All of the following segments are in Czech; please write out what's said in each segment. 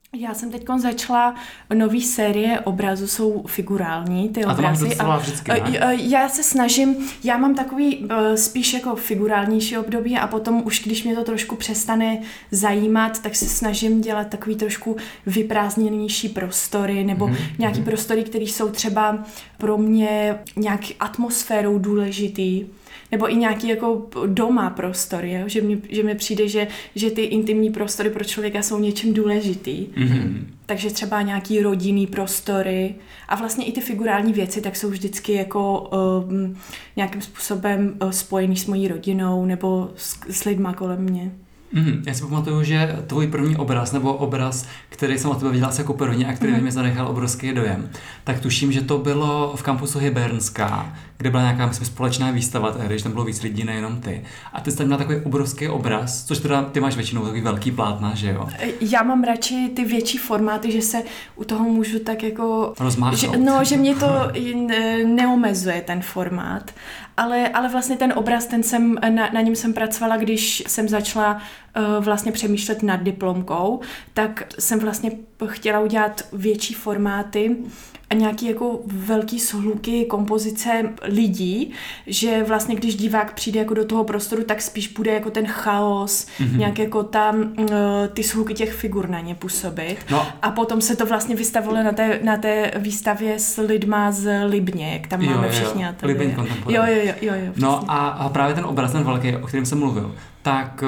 Já jsem teď začala nový série obrazů, jsou figurální ty obrazy. A to máš docela vždycky, ne? Já se snažím, já mám takový spíš jako figurálnější období a potom už když mě to trošku přestane zajímat, tak se snažím dělat takový trošku vyprázdněnější prostory nebo nějaký prostory, které jsou třeba pro mě nějaký atmosférou důležitý. Nebo i nějaký jako doma prostory, jo? Že mi přijde, že ty intimní prostory pro člověka jsou něčím důležitý. Mm-hmm. Takže třeba nějaký rodinný prostory a vlastně i ty figurální věci tak jsou vždycky jako nějakým způsobem spojený s mojí rodinou nebo s lidma kolem mě. Já si pamatuju, že tvůj první obraz nebo obraz, který jsem o tebe viděla jako první a který mě zanechal obrovský dojem, tak tuším, že to bylo v kampusu Hybernská, kde byla nějaká, myslím, společná výstava, když tam bylo víc lidí, nejenom ty. A ty jsi tam měla takový obrovský obraz, což teda ty máš většinou takový velký plátna, že jo? Já mám radši ty větší formáty, že se u toho můžu tak jako... rozmáchnout. Že mě to neomezuje ten formát. Ale vlastně ten obraz, na něm jsem pracovala, když jsem začala vlastně přemýšlet nad diplomkou, tak jsem vlastně chtěla udělat větší formáty a nějaký jako velký shluky kompozice lidí, že vlastně když divák přijde jako do toho prostoru, tak spíš bude jako ten chaos, nějak jako tam ty shluky těch figur na ně působit. No. A potom se to vlastně vystavilo na té výstavě s lidma z Libně, jak tam máme všichni. Libň kontemporární. Jo. No a právě ten obraz, ten velký, o kterém jsem mluvil, tak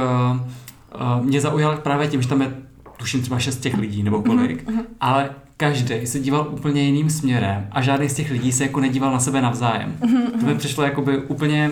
mě zaujal právě tím, že tam je tuším třeba 6 těch lidí nebo kolik, ale každý se díval úplně jiným směrem a žádný z těch lidí se jako nedíval na sebe navzájem. To mi přišlo jakoby úplně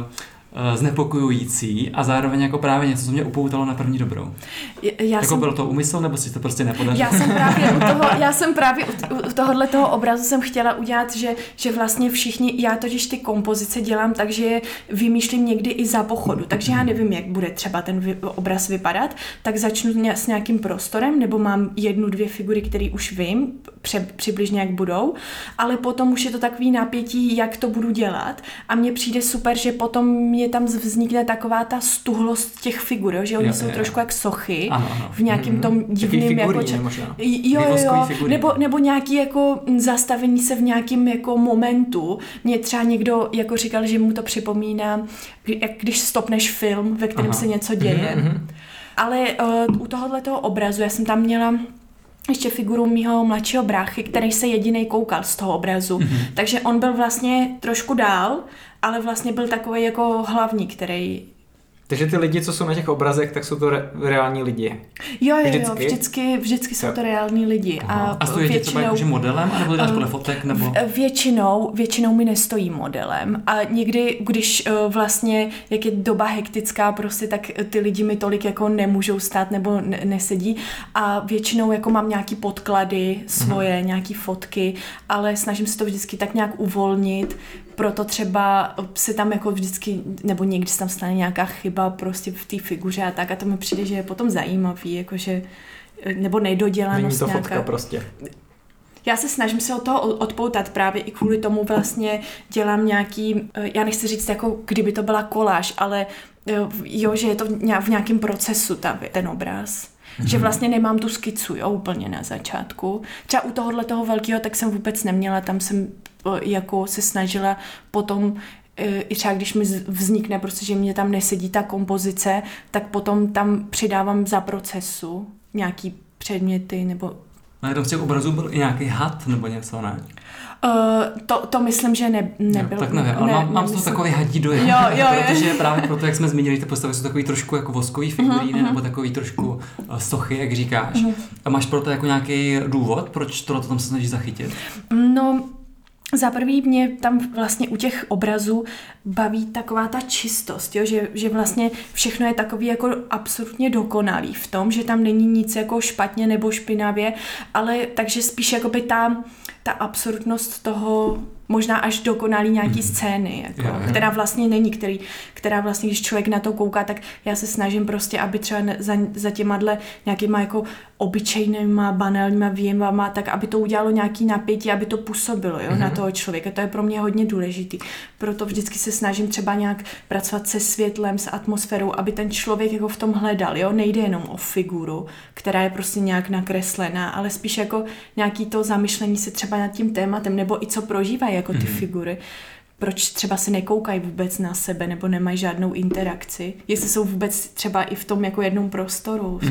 znepokojující a zároveň jako právě něco, co mě upoutalo na první dobrou. Byl to úmysl, nebo si to prostě nepodařilo? Já jsem právě u tohoto obrazu jsem chtěla udělat, že vlastně všichni, já totiž ty kompozice dělám, takže je vymýšlím někdy i za pochodu, takže já nevím, jak bude třeba ten obraz vypadat, tak začnu s nějakým prostorem, nebo mám 1-2 figury, které už vím přibližně, jak budou, ale potom už je to takový napětí, jak to budu dělat a mně přijde super, že potom je tam vznikne taková ta stuhlost těch figur, že oni jsou trošku jak sochy, ano. v nějakým tom divným jako nebo nějaký jako zastavení se v nějakém jako momentu. Mně třeba někdo jako říkal, že mu to připomíná, jak když stopneš film, ve kterém se něco děje. Ale u tohoto obrazu já jsem tam měla ještě figuru mýho mladšího bráchy, který se jedinej koukal z toho obrazu. Takže on byl vlastně trošku dál, ale vlastně byl takový jako hlavní, který... Takže ty lidi, co jsou na těch obrazech, tak jsou to reální lidi. Jo, vždycky jsou to reální lidi. A stojí většinou... třeba jakože modelem, anebo dáš podle fotek, nebo... Většinou mi nestojí modelem. A někdy, když vlastně, jak je doba hektická, prostě, tak ty lidi mi tolik jako nemůžou stát nebo nesedí. A většinou jako mám nějaký podklady svoje, nějaký fotky, ale snažím se to vždycky tak nějak uvolnit. Proto třeba se tam jako vždycky, nebo někdy se tam stane nějaká chyba prostě v té figuře a tak a to mi přijde, že je potom zajímavý, jakože, nebo nedodělanost nějaká. Není to nějaká. fotka prostě. Já se snažím se od toho odpoutat právě i kvůli tomu vlastně dělám nějaký, já nechci říct jako kdyby to byla koláž, ale že je to v nějakém procesu ten obraz. Že vlastně nemám tu skicu, úplně na začátku. Třeba u tohoto velkého tak jsem vůbec neměla, tam jsem jako se snažila potom, i třeba když mi vznikne prostě, že mě tam nesedí ta kompozice, tak potom tam přidávám za procesu nějaký předměty nebo... No tam z těch obrazů byl i nějaký had nebo něco, ne? To myslím, že nebyl. Tak nevím, ale mám z toho takový hadí dojem. Jo. Protože právě proto, jak jsme zmínili, ty postavy jsou takový trošku jako voskový figuríny, nebo takový trošku sochy, jak říkáš. A máš proto jako nějaký důvod, proč tohle tam se snažíš zachytit? No, za prvý mě tam vlastně u těch obrazů baví taková ta čistost, že vlastně všechno je takový jako absolutně dokonalý v tom, že tam není nic jako špatně nebo špinavě, ale takže spíš jakoby ta absurdnost toho možná až dokonalý nějaký scény, jako, která vlastně není, která vlastně, když člověk na to kouká, tak já se snažím prostě, aby třeba za těma nějakýma jako obyčejnýma, banálníma výjimama, tak aby to udělalo nějaký napětí, aby to působilo, jo, na toho člověka. To je pro mě hodně důležitý. Proto vždycky se snažím třeba nějak pracovat se světlem, s atmosférou, aby ten člověk jako v tom hledal, jo. Nejde jenom o figuru, která je prostě nějak nakreslená, ale spíš jako nějaký to zamyšlení se třeba nad tím tématem, nebo i co prožívají jako ty figury. Proč třeba se nekoukají vůbec na sebe, nebo nemají žádnou interakci. Jestli jsou vůbec třeba i v tom jako jednom prostoru.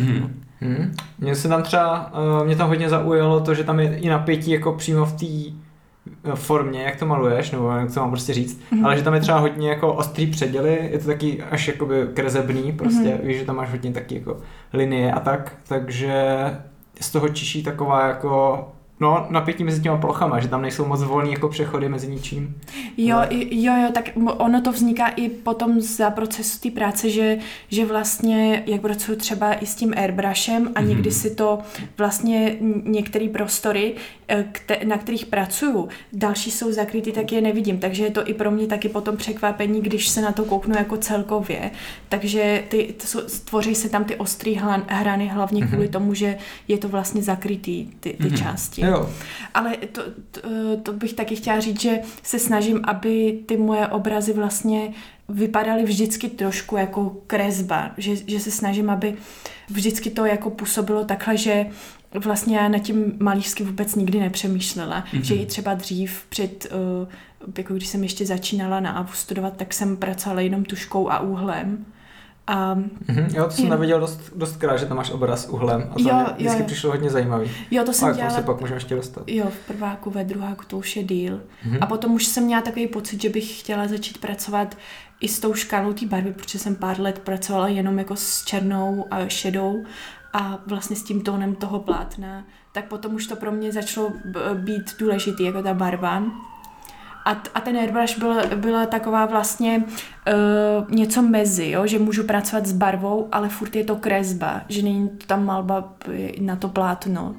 Mě tam hodně zaujalo to, že tam je i napětí jako přímo v té formě, jak to maluješ, nebo jak to mám prostě říct, ale že tam je třeba hodně jako ostrý předěly, je to taky až jakoby kresebný, prostě víš, že tam máš hodně taky jako linie a tak, takže z toho čiší taková jako napětí mezi těma plochama, že tam nejsou moc volný jako přechody mezi ničím. Jo, tak ono to vzniká i potom za procesu té práce, že vlastně, jak pracuju třeba i s tím airbrushem a někdy si to vlastně některé prostory, na kterých pracuju, další jsou zakrytý, tak je nevidím, takže je to i pro mě taky potom překvapení, když se na to kouknu jako celkově, takže tvoří se tam ty ostrý hrany hlavně kvůli tomu, že je to vlastně zakrytý ty části. Jo. Ale to bych taky chtěla říct, že se snažím, aby ty moje obrazy vlastně vypadaly vždycky trošku jako kresba, že se snažím, aby vždycky to jako působilo takhle, že vlastně já nad tím malířsky vůbec nikdy nepřemýšlela, že i třeba dřív jako když jsem ještě začínala na AVU studovat, tak jsem pracovala jenom tuškou a úhlem. Jo, to jsem neviděl dostkrát, že tam máš obraz uhlem a to mě vždycky přišlo hodně zajímavý. Jo, to jsem dělala. Se pak můžeme ještě dostat. Jo, v prváku, ve druháku to už je díl. A potom už jsem měla takový pocit, že bych chtěla začít pracovat i s tou škálou té barvy, protože jsem pár let pracovala jenom jako s černou a šedou a vlastně s tím tónem toho plátna. Tak potom už to pro mě začalo být důležitý, jako ta barva. A ten airbrush byla taková vlastně něco mezi, jo? Že můžu pracovat s barvou, ale furt je to kresba, že není to tam malba na to plátno,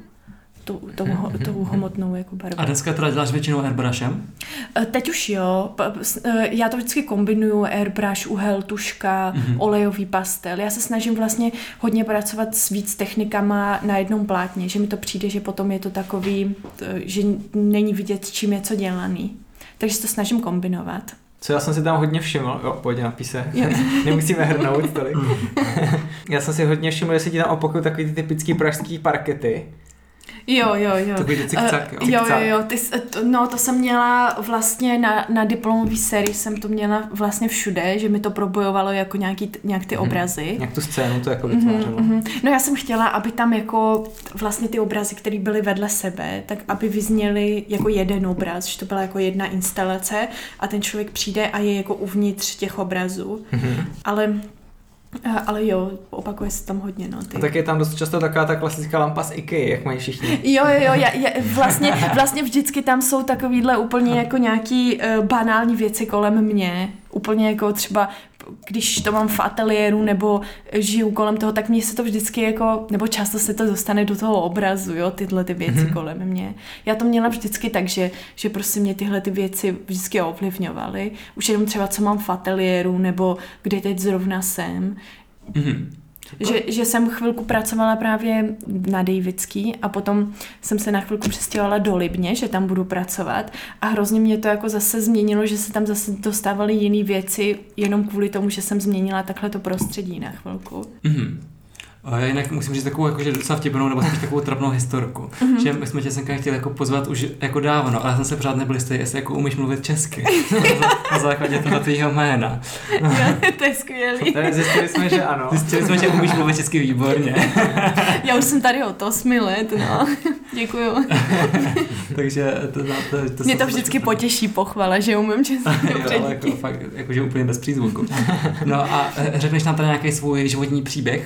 tou hmotnou jako barvu. A dneska teda děláš většinou airbrushem? Teď už jo, já to vždycky kombinuju, airbrush, uhel, tuška, olejový pastel. Já se snažím vlastně hodně pracovat s víc technikama na jednom plátně, že mi to přijde, že potom je to takový, že není vidět, čím je co dělaný. Takže to snažím kombinovat. Co já jsem si tam hodně všiml, pojď napíše, nemusíme hrnout tolik. Já jsem si hodně všiml, že si ti tam opakují takový ty typický pražský parkety. Jo. Takový ty cikcak, jo. To jsem měla vlastně na diplomový sérii, jsem to měla vlastně všude, že mi to probojovalo jako nějak ty obrazy. Jak tu scénu to jako vytvářelo. No já jsem chtěla, aby tam jako vlastně ty obrazy, které byly vedle sebe, tak aby vyzněly jako jeden obraz, že to byla jako jedna instalace a ten člověk přijde a je jako uvnitř těch obrazů. Ale jo, opakuje se tam hodně, A tak je tam dost často taková ta klasická lampa z IKEA, jak mají všichni. Jo, vlastně vždycky tam jsou takovýhle úplně jako nějaký banální věci kolem mě. Úplně jako třeba, když to mám v ateliéru nebo žiju kolem toho, tak mně se to vždycky jako, nebo často se to dostane do toho obrazu, jo, tyhle ty věci kolem mě. Já to měla vždycky tak, že prostě mě tyhle ty věci vždycky ovlivňovaly. Už jenom třeba, co mám v ateliéru, nebo kde teď zrovna jsem. Že jsem chvilku pracovala právě na Davidský a potom jsem se na chvilku přestěhovala do Libně, že tam budu pracovat a hrozně mě to jako zase změnilo, že se tam zase dostávaly jiné věci jenom kvůli tomu, že jsem změnila takhle to prostředí na chvilku. A jinak musím říct takovou jakože docela vtipnou nebo spíš takovou trapnou historku, že my jsme tě semka chtěli jako pozvat už jako dávno, ale já jsem se pořád nebyl jistý, jestli jako umíš mluvit česky na základě toho tvýho jména. To je skvělý. Zjistili jsme, že ano. Zjistili jsme, že umíš mluvit česky výborně. Já už jsem tady od 8 let, no. Děkuju. Takže to mě to vždycky potěší pochvala, že umím česky. Ale jako fakt, jakože úplně bez přízvuku. No a řekneš nám tady nějaký svůj životní příběh?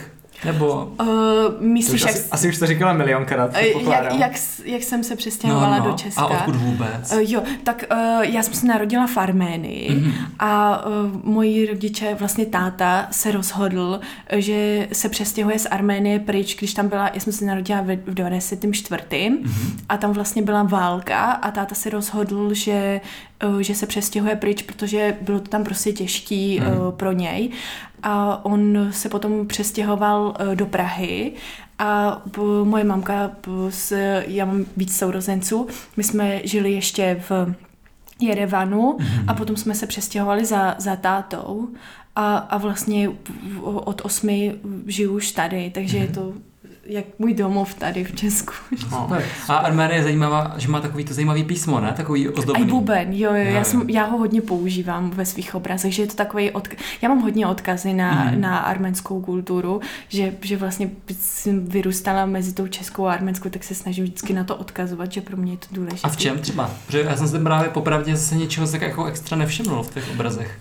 Nebo... Myslíš, asi už to říkala milionkrát, jak jsem se přestěhovala do Česka. A odkud vůbec? Jo, tak já jsem se narodila v Arménii a moji rodiče, vlastně táta se rozhodl, že se přestěhuje z Arménie pryč, když tam byla, já jsem se narodila v 94. A tam vlastně byla válka a táta se rozhodl, že se přestěhuje pryč, protože bylo to tam prostě těžký pro něj. A on se potom přestěhoval do Prahy a moje mamka, já mám víc sourozenců, my jsme žili ještě v Jerevanu a potom jsme se přestěhovali za tátou a vlastně od 8 žiju už tady, takže je to jak můj domov tady v Česku. No. A Arménie je zajímavá, že má takový to zajímavý písmo, ne? Takový ozdobný. Aj buben, jo. Já ho hodně používám ve svých obrazech, že je to takový já mám hodně odkazy na arménskou kulturu, že vlastně jsem vyrůstala mezi tou českou a arménskou, tak se snažím vždycky na to odkazovat, že pro mě je to důležité. A v čem třeba? Protože já jsem se právě popravdě zase něčeho tak jako extra nevšimnul v těch obrazech.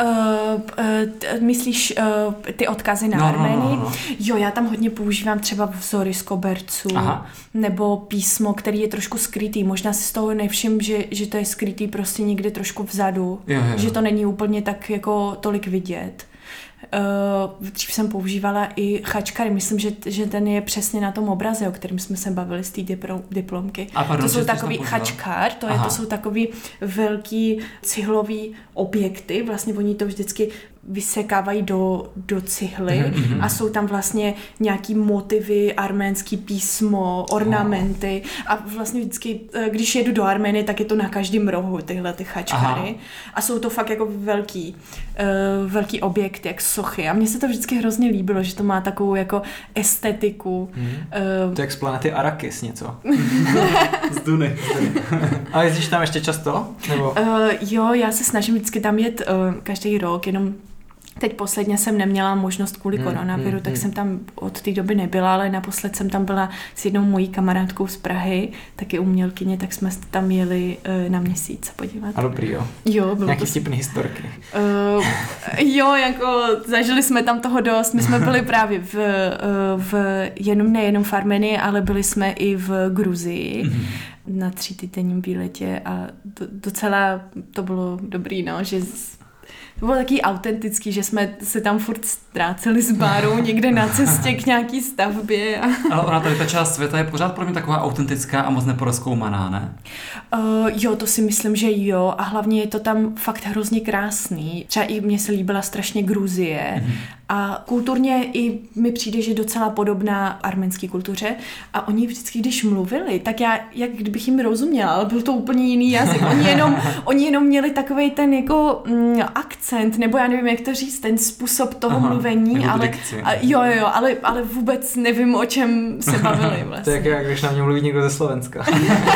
Myslíš ty odkazy na Arménii? No. Jo, já tam hodně používám třeba vzory z koberců, nebo písmo, který je trošku skrytý. Možná si z toho nevšim, že to je skrytý prostě někde trošku vzadu. Jo. Že to není úplně tak jako tolik vidět. Dřív jsem používala i chačkary. Myslím, že ten je přesně na tom obraze, o kterém jsme se bavili z té diplomky. To jsou takový chačkár, to jsou takový velký cihlový objekty. Vlastně oni to vždycky vysekávají do cihly a jsou tam vlastně nějaký motivy, arménský písmo, ornamenty a vlastně vždycky, když jedu do Arménie, tak je to na každém rohu tyhle ty chačkary a jsou to fakt jako velký objekt, jak sochy a mně se to vždycky hrozně líbilo, že to má takovou jako estetiku. To je jak z planety Arrakis něco. Z Duny. A jezdíš tam ještě často? Nebo? Jo, já se snažím vždycky tam jet každý rok, jenom teď posledně jsem neměla možnost kvůli koronaviru, tak jsem tam od té doby nebyla, ale naposled jsem tam byla s jednou mojí kamarádkou z Prahy, taky umělkyně, tak jsme tam jeli na měsíc podívat. A dobrý, jo. Jo, bylo nějaký vtipný historky. Jo, jako zažili jsme tam toho dost. My jsme byli právě nejenom v Armenii, ale byli jsme i v Gruzii na 3týdenním výletě a docela to bylo dobrý, no, že to bylo taky autentický, že jsme se tam furt ztráceli s bárou někde na cestě k nějaký stavbě. Ale ona tady ta část světa je pořád pro mě taková autentická a moc neporozkoumaná, ne? Jo, to si myslím, že jo. A hlavně je to tam fakt hrozně krásný. Třeba i mně se líbila strašně Gruzie. A kulturně i mi přijde, že je docela podobná arménské kultuře. A oni vždycky, když mluvili, tak já, jak kdybych jim rozuměla, ale byl to úplně jiný jazyk. Oni jenom měli takovej ten jako akcent, nebo já nevím, jak to říct, ten způsob toho mluvení. Ale vůbec nevím, o čem se bavili vlastně. To je jak když na mě mluví někdo ze Slovenska.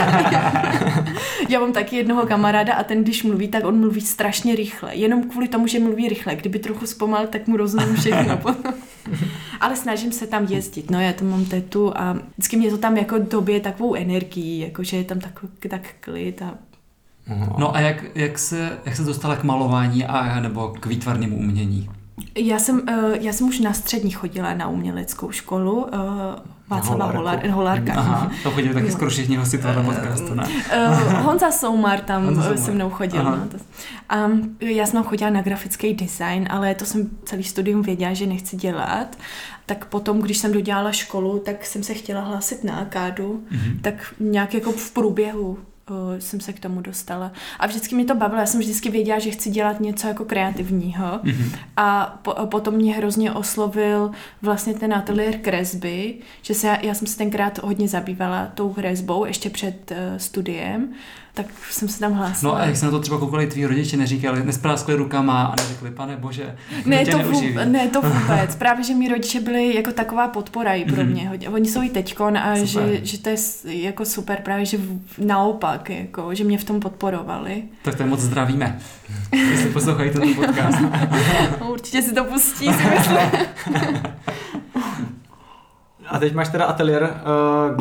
Já mám taky jednoho kamaráda a ten, když mluví, tak on mluví strašně rychle. Jenom kvůli tomu, že mluví rychle. Kdyby trochu zpomal, tak mu rozumím všechno. Ale snažím se tam jezdit. No, já tam mám tetu a vždycky mě to tam jako dobije takovou energii, jakože je tam tak klid a... No a jak se dostala k malování a nebo k výtvarnému umění? Já jsem už na střední chodila na uměleckou školu, Václava Holárka. Aha, to chodili taky skoro všichni hosti tohoto podcastu, ne? Honza Soumar tam se mnou chodil. No. A já jsem chodila na grafický design, ale to jsem celý studium věděla, že nechci dělat. Tak potom, když jsem dodělala školu, tak jsem se chtěla hlásit na akádu, tak nějak jako v průběhu jsem se k tomu dostala. A vždycky mě to bavilo, já jsem vždycky věděla, že chci dělat něco jako kreativního. A potom mě hrozně oslovil vlastně ten ateliér kresby, že já jsem se tenkrát hodně zabývala tou kresbou, ještě před studiem, tak jsem se tam hlásila. No a jak se na to třeba koukali tví rodiče, neříkali, nespráskli rukama a neřekli, pane bože, ne, to vůbec. Právě, že mý rodiče byli jako taková podpora i pro mě. Oni jsou i teďkon a že to je jako super, právě, že naopak, jako, že mě v tom podporovali. Tak to je moc zdravíme, jestli poslouchají tento podcast. Určitě si to pustí, si myslím. A teď máš teda ateliér kde?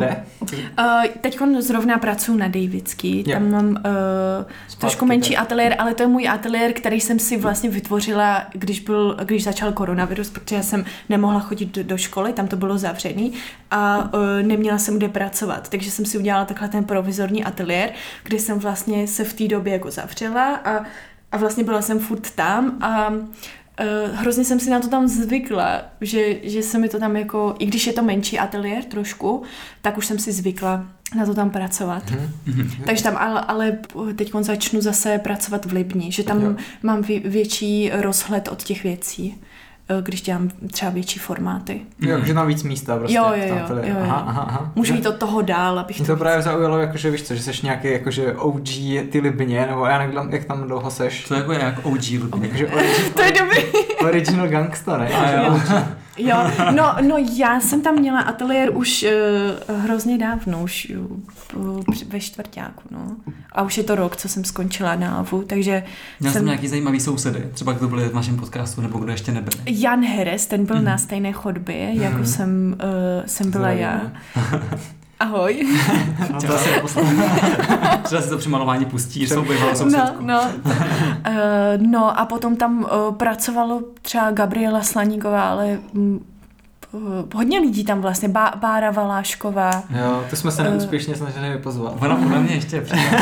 Teď zrovna pracuji na Davidský, Jo. tam mám trošku menší ateliér, ale to je můj ateliér, který jsem si vlastně vytvořila, když začal koronavirus, protože jsem nemohla chodit do školy, tam to bylo zavřený a neměla jsem kde pracovat, takže jsem si udělala takhle ten provizorní ateliér, kde jsem vlastně se v té době jako zavřela a vlastně byla jsem furt tam a hrozně jsem si na to tam zvykla, že se mi to tam jako, i když je to menší ateliér trošku, tak už jsem si zvykla na to tam pracovat. Takže tam ale teď začnu zase pracovat v Libni, že tam mám větší rozhled od těch věcí, když dělám třeba větší formáty. Jo, že tam víc místa prostě. Jo. Aha. Můžu jít od toho dál, abych Mě to právě zaujalo, jakože víš co, že seš nějaký jakože OG ty Libně, nebo já nevím, jak tam dlouho seš. To je jako OG Libně. Jakože to je dobrý. Original gangsta, ne? Jo, no já jsem tam měla ateliér už hrozně dávno, už ve čtvrťáku, no. A už je to rok, co jsem skončila na AVU, takže Měl jsem nějaký zajímavý sousedy, třeba kdo byli v našem podcastu, nebo kdo ještě nebyli. Jan Heres, ten byl na stejné chodbě, jako jsem byla já. Ahoj. Třeba si to při malování pustí, jsou bývalou sousedku. No a potom tam pracovalo třeba Gabriela Slaníková, ale hodně lidí tam vlastně, Bára Valášková. Jo, to jsme se neúspěšně snažili vypozvat. Ona podle mě ještě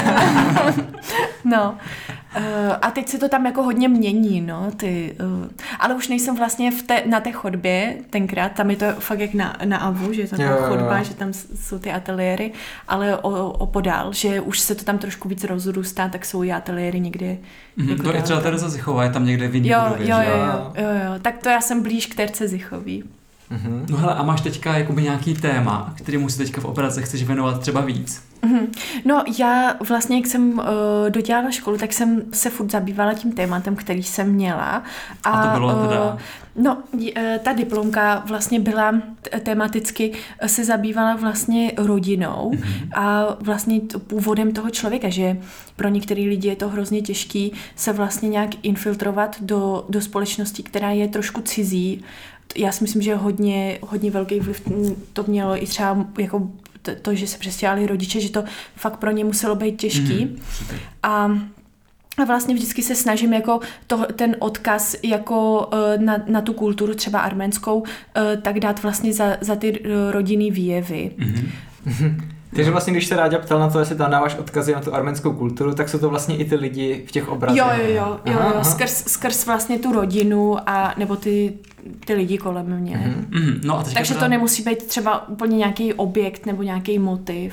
No. A teď se to tam jako hodně mění, no, ale už nejsem vlastně na té chodbě tenkrát, tam je to fakt jak na AVU, že je to ta chodba, že tam jsou ty ateliéry, ale opodál, že už se to tam trošku víc rozrůstá, tak jsou i ateliéry někde. Jako to je třeba Tereza Zichová, je tam někde v jiný budově. Jo, tak to já jsem blíž k Terce Zichový. No hele, a máš teďka jakoby nějaký téma, kterému si teďka v obraze chceš věnovat třeba víc? No já vlastně, jak jsem dodělala školu, tak jsem se furt zabývala tím tématem, který jsem měla. A to bylo teda? No, ta diplomka vlastně byla tematicky, se zabývala vlastně rodinou a vlastně původem toho člověka, že pro některé lidi je to hrozně těžký se vlastně nějak infiltrovat do společnosti, která je trošku cizí. Já si myslím, že hodně velký vliv to mělo i třeba jako to, že se přestěhovali rodiče, že to fakt pro ně muselo být těžký. A vlastně vždycky se snažím jako ten odkaz jako na tu kulturu, třeba arménskou, tak dát vlastně za ty rodinný výjevy. Takže vlastně, když se Ráďa ptal na to, jestli tam dáváš odkazy na tu arménskou kulturu, tak jsou to vlastně i ty lidi v těch obrazech. Jo. Skrz vlastně tu rodinu a nebo ty lidi kolem mě. No a takže to nemusí být třeba úplně nějaký objekt nebo nějaký motiv.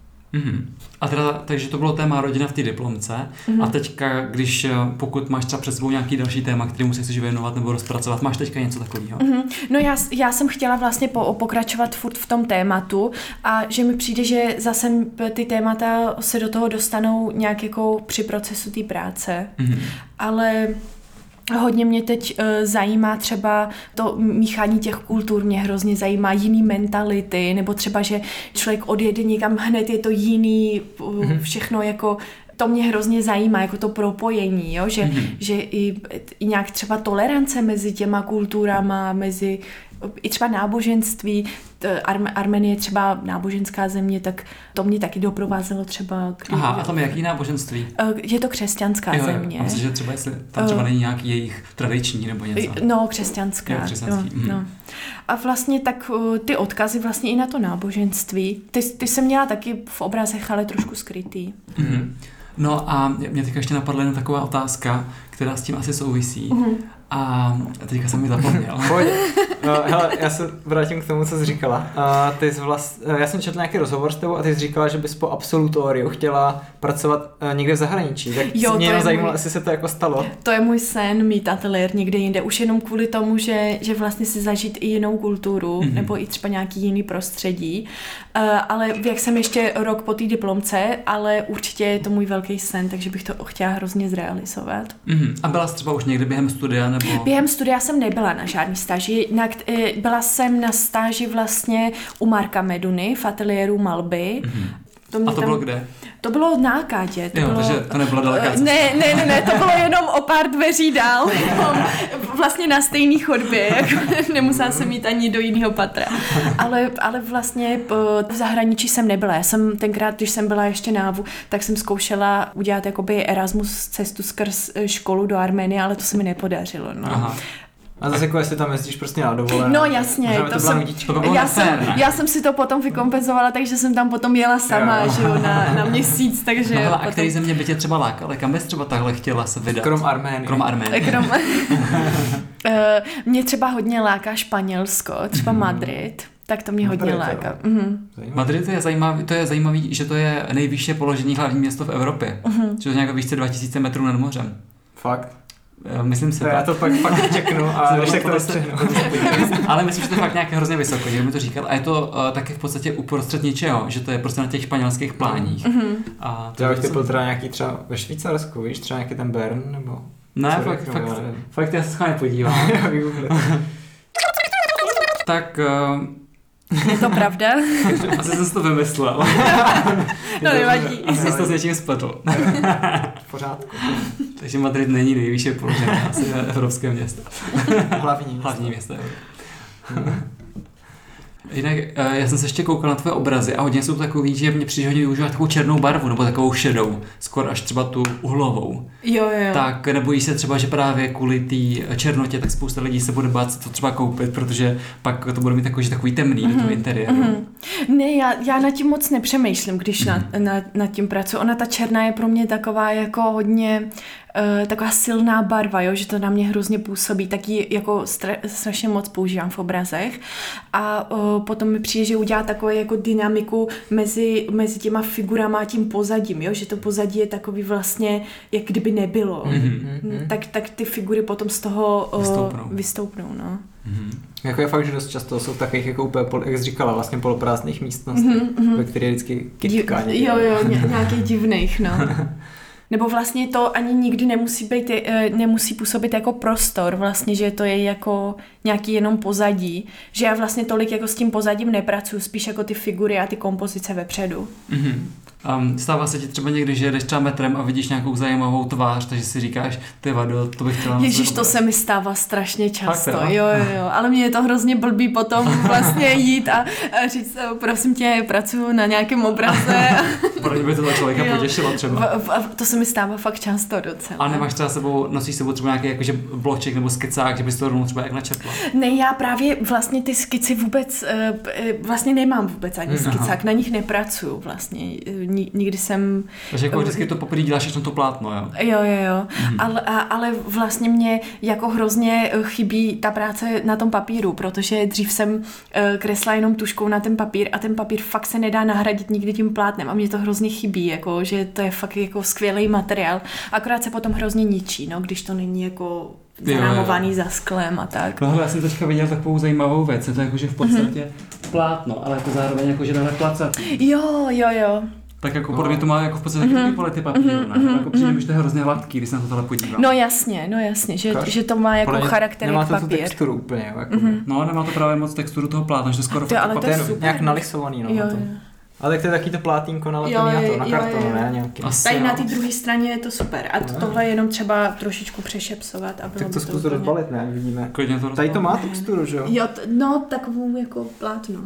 A teda, takže to bylo téma rodina v té diplomce. A teďka, pokud máš třeba před sebou nějaký další téma, kterému se chceš věnovat nebo rozpracovat, máš teďka něco takového? No já jsem chtěla vlastně pokračovat furt v tom tématu a že mi přijde, že zase ty témata se do toho dostanou nějak jako při procesu té práce. Ale hodně mě teď zajímá třeba to míchání těch kultur, mě hrozně zajímá jiný mentality, nebo třeba, že člověk odjede někam, hned je to jiný, všechno jako, to mě hrozně zajímá, jako to propojení, jo? Že i nějak třeba tolerance mezi těma kulturama, mezi i třeba náboženství, Arménie je třeba náboženská země, tak to mě taky doprovázelo třeba. Aha, a tam je jaký náboženství? Je to křesťanská země. A myslím, že třeba jestli tam třeba není nějaký jejich tradiční nebo něco. No, křesťanská. No. A vlastně tak ty odkazy vlastně i na to náboženství, ty jsem měla taky v obrazech, ale trošku skrytý. No a mě teďka ještě napadla jedna taková otázka, která s tím asi souvisí. A teďka jsem mi zapomněl. Pojď. Hele, já se vrátím k tomu, co jsi říkala. Já jsem četl nějaký rozhovor s tebou a ty jsi říkala, že bys po absolutoriu chtěla pracovat někde v zahraničí. Tak mě jenom zajímalo, jestli se to jako stalo. To je můj sen, mít ateliér někde jinde. Už jenom kvůli tomu, že vlastně si zažít i jinou kulturu, nebo i třeba nějaký jiný prostředí. Ale jak jsem ještě rok po té diplomce, ale určitě je to můj velký sen, takže bych to chtěla hrozně zrealizovat. A byla jsi třeba už někdy během studia? Nebo... Během studia jsem nebyla na žádný stáži. Byla jsem na stáži vlastně u Marka Meduny v ateliéru malby. A to bylo kde? To bylo na Akádě. Jo, takže to nebylo daleká cesta. Ne, to bylo jenom o pár dveří dál. Vlastně na stejné chodbě, jako nemusela jsem jít ani do jiného patra. Ale vlastně v zahraničí jsem nebyla. Já jsem tenkrát, když jsem byla ještě na AVU, tak jsem zkoušela udělat jakoby Erasmus cestu skrz školu do Arménie, ale to se mi nepodařilo. No. Aha. A zase jako jestli tam jezdíš prostě na dovolenou. No jasně, já jsem si to potom vykompenzovala, takže jsem tam potom jela sama, že jo, na měsíc, takže... No, a potom... který země by tě třeba lákaly? Kam bys třeba takhle chtěla se vydat? Krom Arménie. Mě třeba hodně láká Španělsko, třeba Madrid. Tak to mě hodně láká. Madrid to je zajímavý, že to je nejvýše položený hlavní město v Evropě. Že to je nějak výšce 2000 metrů nad mořem. Fakt? Myslím si. Já to pak čeknu a když tak to dostřehnu. Ale myslím, že to je fakt nějak hrozně vysoko, že mi to říkal. A je to taky v podstatě uprostřed ničeho, že to je prostě na těch španělských pláních. A já bych typil teda nějaký třeba ve Švýcarsku, víš, třeba nějaký ten Bern, nebo... Ne, fakt já se schválně podívám. Tak... Je to pravda? Asi jsem si to vymyslel. No nevadí. Asi jsem to s něčím spletl. V pořádku. Takže Madrid není nejvýše položené asi evropské město. Hlavní město. Jinak já jsem se ještě koukal na tvoje obrazy a hodně jsou takový, že mě přijde hodně využívat takovou černou barvu nebo takovou šedou, skoro až třeba tu uhlovou. Jo. Tak nebojíš se třeba, že právě kvůli té černotě tak spousta lidí se bude bát to třeba koupit, protože pak to bude mít takový temný do toho interiéru. Ne, já nad tím moc nepřemýšlím, když nad tím pracuji. Ona ta černá je pro mě taková jako hodně taková silná barva, jo, že to na mě hrozně působí, tak ji jako strašně moc používám v obrazech a potom mi přijde, že udělá takovou jako dynamiku mezi těma figurama a tím pozadím, jo, že to pozadí je takový vlastně, jak kdyby nebylo. Tak ty figury potom z toho vystoupnou, no. Jako je fakt, že dost často jsou takových jako úplně, jak jsi říkala, vlastně poloprázdných místností, ve které je vždycky kytka. Jo, nějakých divných, no. Nebo vlastně to ani nikdy nemusí působit jako prostor, vlastně, že to je jako nějaký jenom pozadí. Že já vlastně tolik jako s tím pozadím nepracuju, spíš jako ty figury a ty kompozice vepředu. Stává se ti třeba někdy, že jdeš třeba metrem a vidíš nějakou zajímavou tvář, takže si říkáš, ty vado, to bych chtěla... Ježíš, to se mi stává strašně často, jo, ale mě je to hrozně blbý potom vlastně jít a říct, prosím tě, pracuju na nějakém obraze. Pro by to ta člověka potěšilo třeba. To se mi stává fakt často docela. A nemáš třeba nosíš sebou třeba nějaký jakože bloček nebo skicák, že bys to rovnou třeba jak načetla? Ne, já právě vlastně ty skici vůbec, vlastně nemám vůbec ani skicák, na nich nepracuju vlastně. Nikdy jsem... Takže jako vždycky to poprvé děláš na to plátno, jo? Jo. Ale vlastně mě jako hrozně chybí ta práce na tom papíru, protože dřív jsem kresla jenom tuškou na ten papír a ten papír fakt se nedá nahradit nikdy tím plátnem a mě to hrozně chybí, jako, že to je fakt jako skvělý materiál, akorát se potom hrozně ničí, no, když to není jako zarámovaný za sklem a tak. No já jsem teďka viděl takovou zajímavou věc, je to jakože v podstatě plátno, ale to zároveň jakože dále placatý. Jo. Tak jako podle mě to má jako v podstatě takové kvality papíru, ne? Jako přijde, že to je hrozně hladký, když se na to tohle podívám. No jasně, že to má jako charakter jak papír. Nemá to tu texturu úplně, jako. No, nemá to právě moc texturu toho plátna, že to skoro ale to je nějak nalisovaný, no. Jo. Ale tak to je taky to plátínko nalepený na kartonu, ne? Nějaký. Tady na té druhé straně je to super. A tohle je jenom třeba trošičku přešepsovat. A tak to zkus rozbalit, ne? Vidíme. To tady to má texturu, že jo? Jo, takovou jako plátno.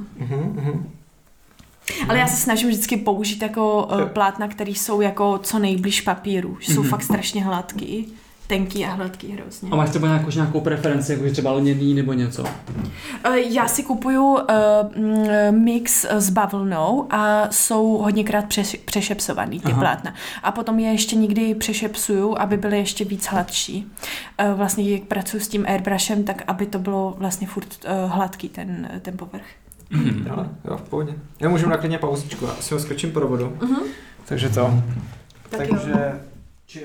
Ale já se snažím vždycky použít jako plátna, které jsou jako co nejblíž papíru. Že jsou fakt strašně hladký. Tenký a hladký hrozně. A máš třeba nějakou preferenci, jako třeba lněný nebo něco? Já si kupuju mix s bavlnou a jsou hodněkrát přešepsovaný ty plátna. A potom je ještě někdy přešepsuju, aby byly ještě víc hladší. Vlastně jak pracuji s tím airbrushem, tak aby to bylo vlastně furt hladký ten povrch. Jo, v pohodě. Já můžu na klidně pauzičku, já si ho skočím po vodu. Takže to. Takže chill.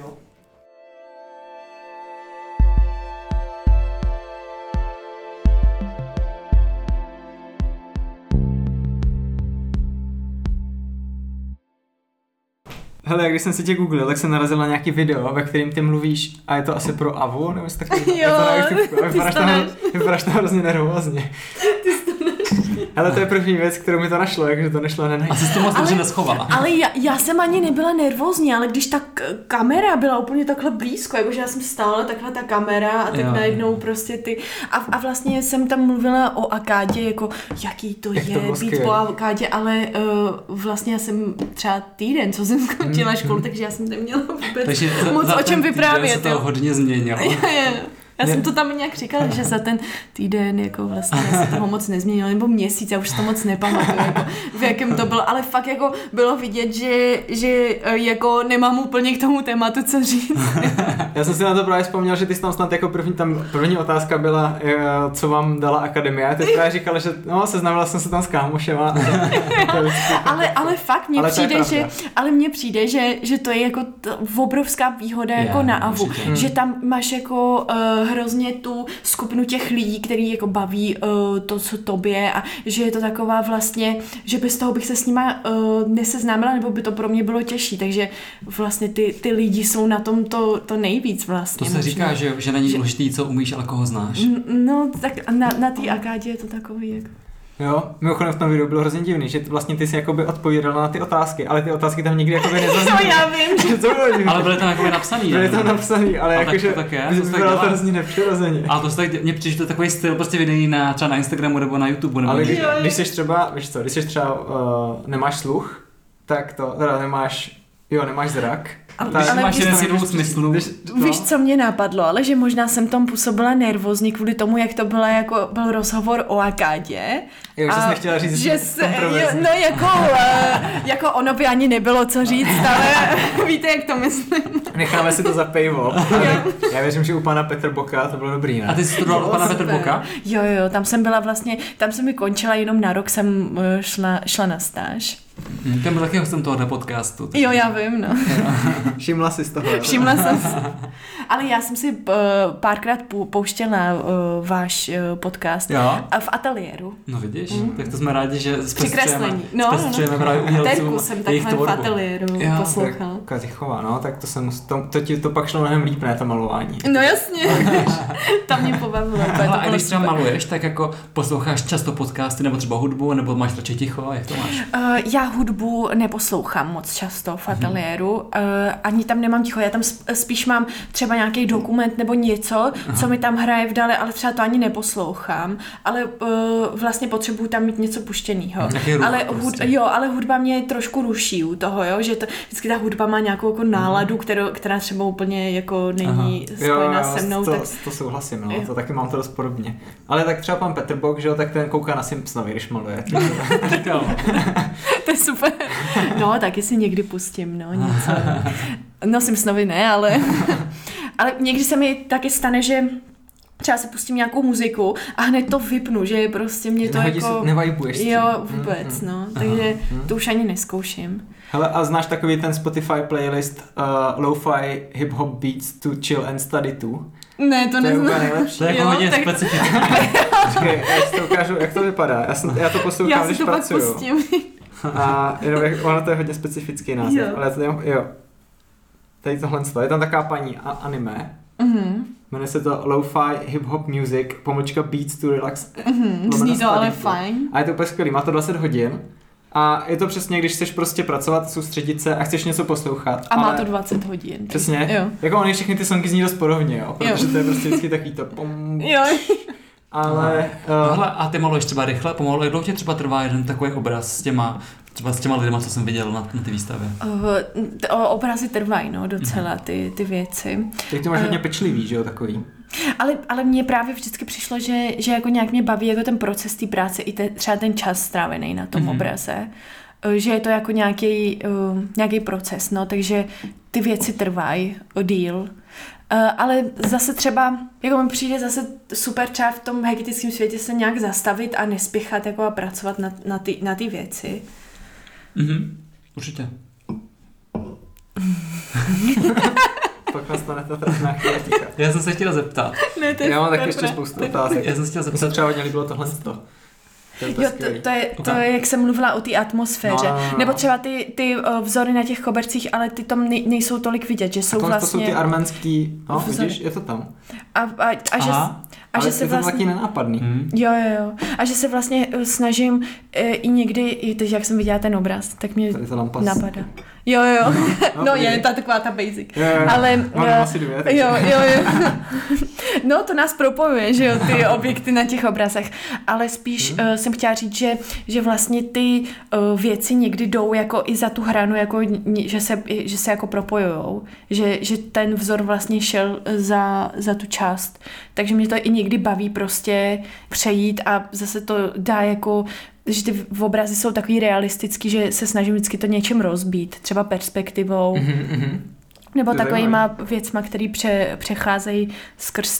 Hele, když jsem si tě googlil, tak jsem narazil na nějaký video, ve kterém ty mluvíš a je to asi pro AVU, nebo jsi takový... Jo, vypadáš to hrozně nervózně. Ty jsi to Ale to je první věc, kterou mi to našlo, jakože to nešlo nenajít. Asi jsi to moc dobře neschovala. Ale já jsem ani nebyla nervózní, ale když ta kamera byla úplně takhle blízko, jakože já jsem stála takhle ta kamera a teď najednou prostě ty... A vlastně jsem tam mluvila o Akádě, jako jaký to je být po Akádě, ale vlastně já jsem třeba týden, co jsem skončila školu, takže já jsem neměla vůbec moc o čem vyprávět. Se to hodně změnilo. Já jsem to tam nějak říkala, že za ten týden jako vlastně se toho moc nezměnilo, nebo měsíc, já už to moc nepamatuju, jako, v jakém to bylo, ale fakt jako bylo vidět, že jako nemám úplně k tomu tématu co říct. Já jsem si na to právě vzpomněl, že ty jsi tam snad jako první otázka byla, co vám dala akademie. A ty jsi právě říkala, že seznámila jsem se tam s kámošema. ale fakt mně přijde, že to je jako obrovská výhoda jako na AVU, že tam máš jako hrozně tu skupinu těch lidí, který jako baví to, co tobě a že je to taková vlastně, že bez toho bych se s nima neseznámila, nebo by to pro mě bylo těžší, takže vlastně ty lidi jsou na tom to nejvíc vlastně. To se říká, že není důležitý, co umíš, ale koho znáš. No, tak na té Akádě je to takový jako... Jo, mimochodem v tom videu bylo hrozně divný, že vlastně ty jsi jakoby odpovídala na ty otázky, ale ty otázky tam nikdy jakoby nezazněly. No já vím. Ale byly tam jakoby napsaný. Byly tam napsaný, ale jakože vypadalo to hrozně nepřirozeně. A to se tak, mně přijde, že to je takový styl prostě videí třeba na Instagramu nebo na YouTube. Nebo ale když jsi třeba, víš co, když jsi třeba nemáš sluch, tak to, teda nemáš zrak. Ale máš jeden z jinou smyslu. Víš, co mě napadlo, ale že možná jsem tam působila nervózně kvůli tomu, jak to bylo byl rozhovor o Akádě. Jo, že jsi nechtěla říct, že no jako ono by ani nebylo co říct, ale víte, jak to myslím. Necháme si to za paywall. Já věřím, že u pana Petrboka to bylo dobrý, ne? A ty jsi studoval u pana Petrboka? Jo, tam jsem byla vlastně, tam jsem mi končila, jenom na rok jsem šla na stáž. Ten byl taky hostem tohohle podcastu. Jo, já vím, no. Všimla jsi z toho. Všimla jsem si. Ale já jsem si párkrát pouštěla váš podcast v ateliéru. No vidíš, tak to jsme rádi, že zpestřujeme právě umělcům Terku jsem takhle v ateliéru poslouchala. No, tak to ti to pak šlo mnohem líp, ne, to malování. No jasně, tam mě pobavilo. A když třeba maluješ, tak jako posloucháš často podcasty, nebo třeba hudbu, nebo máš radši ticho, jak to máš? Já hudbu neposlouchám moc často v ateliéru, ani tam nemám ticho, já tam spíš mám třeba nějaký dokument nebo něco, co mi tam hraje v dále, ale třeba to ani neposlouchám, ale vlastně potřebuju tam mít něco puštěnýho. Ale hudba mě trošku ruší u toho, jo, že vždycky ta hudba má nějakou jako náladu, která třeba úplně jako není spojená se mnou. To souhlasím, no, to taky mám to dost podobně. Ale tak třeba pan Petrbock, že jo, tak ten kouká na Simpsonovi, když maluje. To je super. No, taky si někdy pustím, no, něco. No, Simpsonovi ne, ale někdy se mi taky stane, že třeba si pustím nějakou muziku a hned to vypnu, že prostě mě to jako... Nevajbuješ. Jo, vůbec, no. Takže to už ani neskouším. Hele, a znáš takový ten Spotify playlist Lo-Fi Hip-Hop Beats to Chill and Study to? Ne, to neznám. To je nejlepší. To je jako hodně specifické. Počkej, já si to ukážu, jak to vypadá. Já to poslouchám, když pracuju. Já si to pak pustím. A jenom ono to je hodně specifický název, ale to jo. Tady tohle je tam taková paní anime. Jmenuje se to Lo-Fi Hip-Hop Music, /Beats to Relax. Zní to ale fajn. A je to úplně skvělý, má to 20 hodin. A je to přesně, když chceš prostě pracovat, soustředit se a chceš něco poslouchat. A má to 20 hodin. Přesně. Jo. Jako oni všechny ty songy zní dost podobně, jo. Protože to je prostě vždycky takový to pom. Jo. Ale... Hele, a ty maluješ třeba rychle, pomalu, jak dlouho tě třeba trvá jeden takový obraz s těma lidma, co jsem viděl na té výstavě? Obrazy trvají, no, docela ty věci. Tak ty máš hodně pečlivý, že jo, takový. Ale mně právě vždycky přišlo, že jako nějak mě baví jako ten proces té práce i třeba ten čas strávený na tom obraze. Že je to jako nějaký proces, no, takže ty věci trvají díl. Ale zase třeba, jako mi přijde zase super třeba v tom hektickém světě se nějak zastavit a nespěchat jako a pracovat na ty věci. Určitě. Pak nastane ta trapná chvíletíka. Já jsem se chtěla zeptat. Ne, já mám taky ještě spoustu otázek. Já jsem se chtěla zeptat. Mně se třeba hodně líbilo tohle. To je, jak jsem mluvila o té atmosféře. No. Nebo třeba ty vzory na těch kobercích, ale ty tam nejsou tolik vidět, že jsou vlastně... To jsou ty arménský, no vidíš, je to tam. A ale že se je to taky nenápadný. Jo. A že se vlastně snažím i někdy, i teď, jak jsem viděla ten obraz, tak mě napadá. Jo. No je ta taková ta basic. Jo. Ale mám asi 2, takže. Jo. No to nás propojuje, že jo, ty objekty na těch obrazech. Ale spíš jsem chtěla říct, že vlastně ty věci někdy jdou jako i za tu hranu, jako, že se jako propojujou. Že ten vzor vlastně šel za tu část. Takže mě to i někdy baví prostě přejít a zase to dá jako, že ty obrazy jsou takový realistický, že se snažím vždycky to něčem rozbít, třeba perspektivou, nebo takovýma věcma, které přecházejí skrz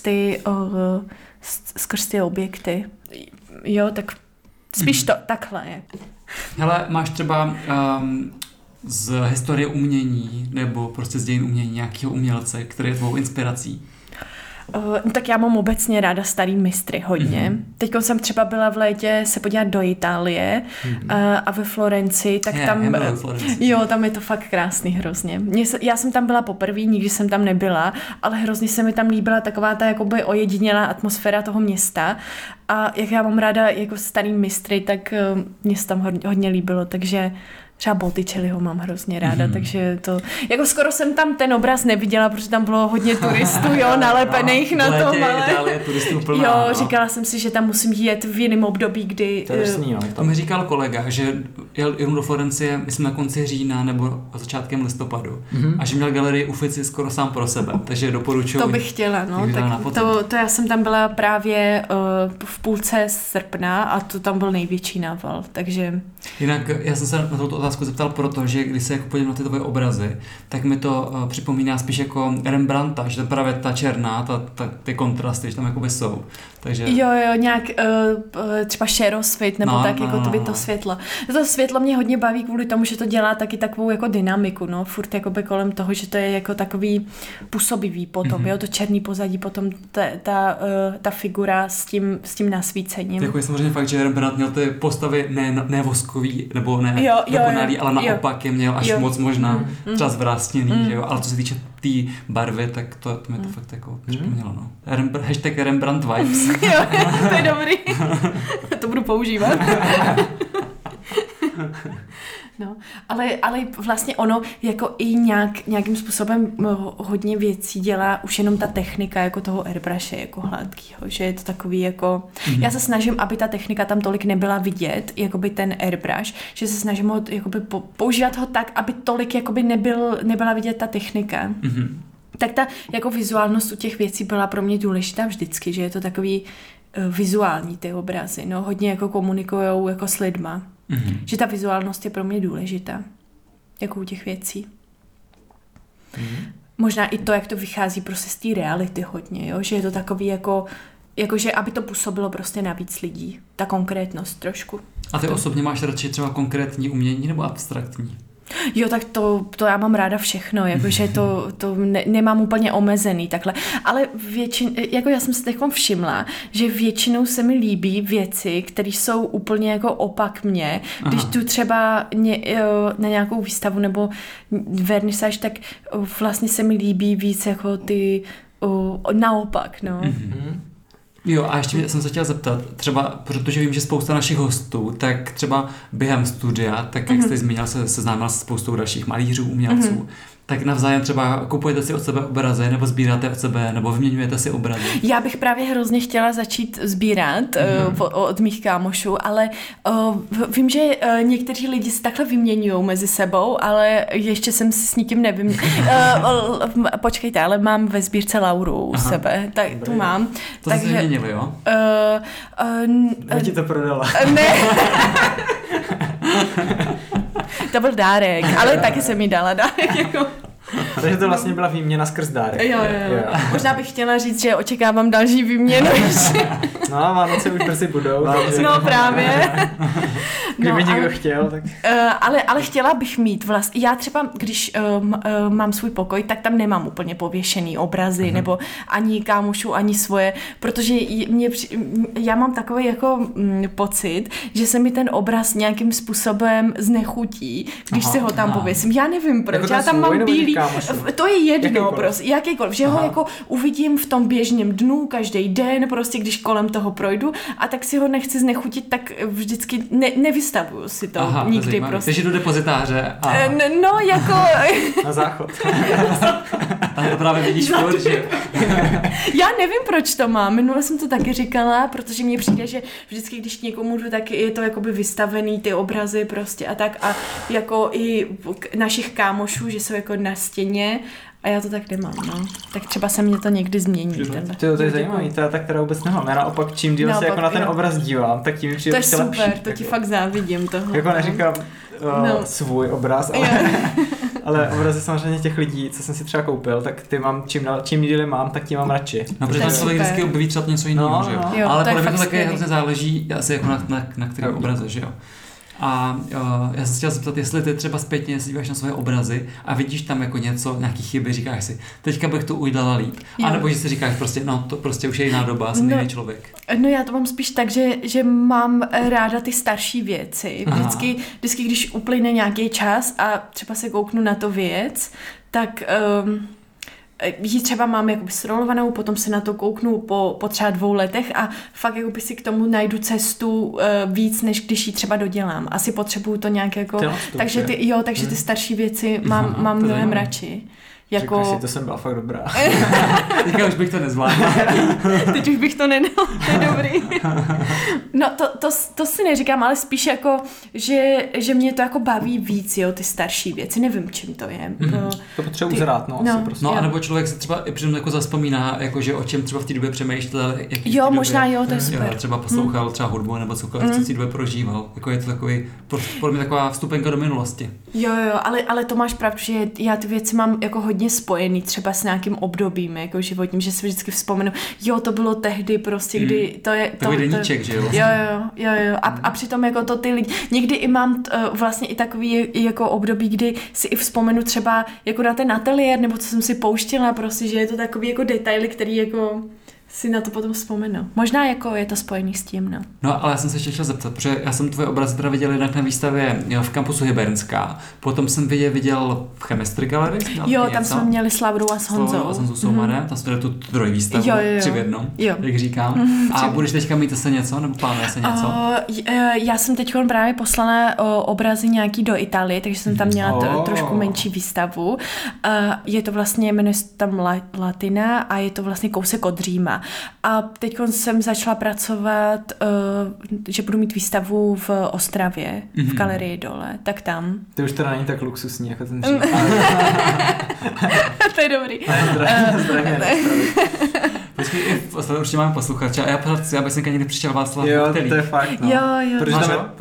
ty objekty. Jo, tak spíš to takhle. Hele, máš třeba z historie umění nebo prostě z dějin umění nějakého umělce, který je tvou inspirací? Tak já mám obecně ráda starý mistry hodně. Teď jsem třeba byla v létě se podívat do Itálie a ve Florencii, tak tam... Jo, tam je to fakt krásný hrozně. Já jsem tam byla poprvé, nikdy jsem tam nebyla, ale hrozně se mi tam líbila taková ta jakoby ojedinělá atmosféra toho města a jak já mám ráda jako starý mistry, tak mě se tam hodně líbilo, takže třeba Botticelliho mám hrozně ráda, takže to, jako skoro jsem tam ten obraz neviděla, protože tam bylo hodně turistů, jo, nalepených na tom, ale... Itálie turistů plná, jo, říkala jsem si, že tam musím jet v jiném období, kdy... To je jasný, jo. To mi říkal kolega, že jel do Florencie, myslím na konci října nebo začátkem listopadu a že měl galerii Uffizi skoro sám pro sebe, takže doporučuji. To bych chtěla, no, tak to já jsem tam byla právě v půlce srpna a to tam byl největší nával, takže... Jinak já jsem se na tuto otázku zeptal proto, že když se jako podívám na ty tvoje obrazy, tak mi to připomíná spíš jako Rembrandta, že to právě ta černá, ty kontrasty, že tam jakoby jsou. Takže... Jo, nějak třeba šerosvit, nebo to světlo. To světlo mě hodně baví kvůli tomu, že to dělá taky takovou jako dynamiku, no, furt jakoby kolem toho, že to je jako takový působivý potom, jo, to černý pozadí, potom ta figura s tím nasvícením. Jako je samozřejmě fakt, že Rembrandt měl ty postavy ne voskový, nebo ne dokonalý, ale naopak je měl až moc možná třeba zvrásněný, že jo, ale co se týče té barvy, tak to mě to fakt jako připomnělo, no. Hashtag Rembrandt vibes. Jo, to je dobrý. To budu používat. No, ale vlastně ono jako i nějakým způsobem hodně věcí dělá už jenom ta technika jako toho airbrushe jako hladkýho, že je to takový jako... Já se snažím, aby ta technika tam tolik nebyla vidět, jakoby ten airbrush, že se snažím ho jakoby používat ho tak, aby tolik jakoby nebyla vidět ta technika. Tak ta jako vizuálnost u těch věcí byla pro mě důležitá vždycky, že je to takový vizuální ty obrazy, no, hodně jako komunikujou jako s lidma. Že ta vizuálnost je pro mě důležitá, jako u těch věcí. Možná i to, jak to vychází prostě z té reality hodně, jo? Že je to takový jako že aby to působilo prostě na víc lidí, ta konkrétnost trošku. A ty osobně máš radši třeba konkrétní umění nebo abstraktní? Jo, tak to já mám ráda všechno, jakože to nemám úplně omezený takhle, ale jako já jsem se teď všimla, že většinou se mi líbí věci, které jsou úplně jako opak mě. Když tu třeba na nějakou výstavu nebo vernisáž, tak vlastně se mi líbí víc jako ty naopak, no. Jo, a ještě jsem se chtěla zeptat, třeba, protože vím, že spousta našich hostů, tak třeba během studia, tak jak jste zmínila, se seznámila se spoustou dalších malířů, umělců, tak navzájem třeba kupujete si od sebe obrazy, nebo sbíráte od sebe, nebo vyměňujete si obrazy? Já bych právě hrozně chtěla začít sbírat od mých kámošů, ale vím, že někteří lidi se takhle vyměňují mezi sebou, ale ještě jsem si s nikým počkejte, ale mám ve sbírce Lauru u sebe, tak tu mám. To jste vyměnili, jo? Ti to prodala. Ne. To byl dárek, ale taky jsem mi dala dárek. Jako. Takže to vlastně byla výměna skrz dárek. Jo. Možná bych chtěla říct, že očekávám další výměnu. No, Vánoce už brzy budou. No právě. Kdyby někdo chtěl, tak... Ale chtěla bych mít vlastně, já třeba, když mám svůj pokoj, tak tam nemám úplně pověšený obrazy, nebo ani kámošů, ani svoje, protože já mám takový jako pocit, že se mi ten obraz nějakým způsobem znechutí, když si ho tam pověsím. Já nevím proč, jako já tam mám bílý kámošů. To je jedno, Jakýkoliv. prostě, jakýkoliv, že ho jako uvidím v tom běžném dnu, každý den, prostě když kolem toho projdu a tak si ho nechci znechutit, tak vždycky nevystavuju si to nikdy zajímavý. prostě. Takže do depozitáře a No, jako... Na záchod. tam to právě vidíš furt, že... Já nevím, proč to mám. Minule jsem to taky říkala, protože mně přijde, že vždycky, když někomu jdu, tak je to jakoby vystavený ty obrazy prostě a tak a jako i našich kámošů, že jsou jako na stěně a já to tak nemám, no. Tak třeba se mě to někdy změní. To je zajímavý, to já tak teda vůbec nemám. Já naopak, čím díl se jako na ten obraz dívám, tak tím mi přijde to je super, lepší. to ti fakt závidím tohle. Jako neříkám svůj obraz, ale obrazy samozřejmě těch lidí, co jsem si třeba koupil, tak ty mám, čím díl mám, tak tím mám radši. No, protože tam člověk vždycky objeví třeba něco jiného, že jo? Jo, ale podle mě to fakt také hrozně záleží asi jako na kterém obraze, že jo? A já jsem se chtěl zeptat, jestli ty třeba zpětně se díváš na svoje obrazy a vidíš tam jako něco, nějaký chyby, říkáš si, teďka bych to udělala líp. A nebo že si říkáš prostě, no to prostě už je jiná doba, jsem jiný člověk. No já to mám spíš tak, že mám ráda ty starší věci. Vždycky, když uplyne nějaký čas a třeba se kouknu na to věc, tak... ji třeba mám jakoby srolovanou, potom se na to kouknu po třeba 2 letech a fakt jakoby si k tomu najdu cestu víc, než když ji třeba dodělám. Asi potřebuju to nějak jako... Takže ty starší věci mám mnohem radši. Jako... Říkáš si, to jsem byla fakt dobrá. Teďka už bych to nezvládla. Teď už bych to nedal, to je dobrý. No to si neříkám, ale spíš jako, že mě to jako baví víc, jo, ty starší věci, nevím, čím to je. To potřebuji uzrát, no. Prostě. No, anebo člověk se třeba i přitom jako zaspomíná, jako, že o čem třeba v té době přemýšlel. Jo, možná jo, to je super. Třeba poslouchal třeba hudbu, nebo cokoliv, co v té době prožíval. Jako je to takový, podle mě taková vstupenka do minulosti. Jo, ale to máš pravdu, že já ty věci mám jako hodně spojený třeba s nějakým obdobím jako životním, že si vždycky vzpomenu, jo, to bylo tehdy prostě, kdy to je... Takový deníček, že jo? Jo. A přitom jako to ty lidi... Někdy i mám vlastně i takový jako období, kdy si i vzpomenu třeba jako na ten ateliér, nebo co jsem si pouštěla prostě, že je to takový jako detaily, který jako... si na to potom vzpomenu. Možná jako je to spojený s tím, no. No, ale já jsem se ještě chtěl zeptat, protože já jsem tvoje obrazy teda viděl jednak na výstavě v kampusu Hybernská, potom jsem viděl v Chemistry Gallery. Jo, tam jsme měli s Laurou a s Honzou. A s Honzou Soumarem, tam jsme měli tu druhou výstavu, 3 v jednom, jak říkám. A budeš teďka mít se něco, nebo plánuje se něco? Já jsem teď právě poslala obrazy nějaký do Itálie, takže jsem tam měla trošku menší výstavu. Je to vlastně, jmenuje se tam Latina a je to vlastně kousek od Říma. A teď jsem začala pracovat, že budu mít výstavu v Ostravě, v galerii dole, tak tam. To už teda není tak luxusní, jako ten Řím. To je dobrý. Počkej, určitě máme posluchače a já pořád chci, aby jsem někdy přišel Václav Telík. To je fakt, no. Jo. Protože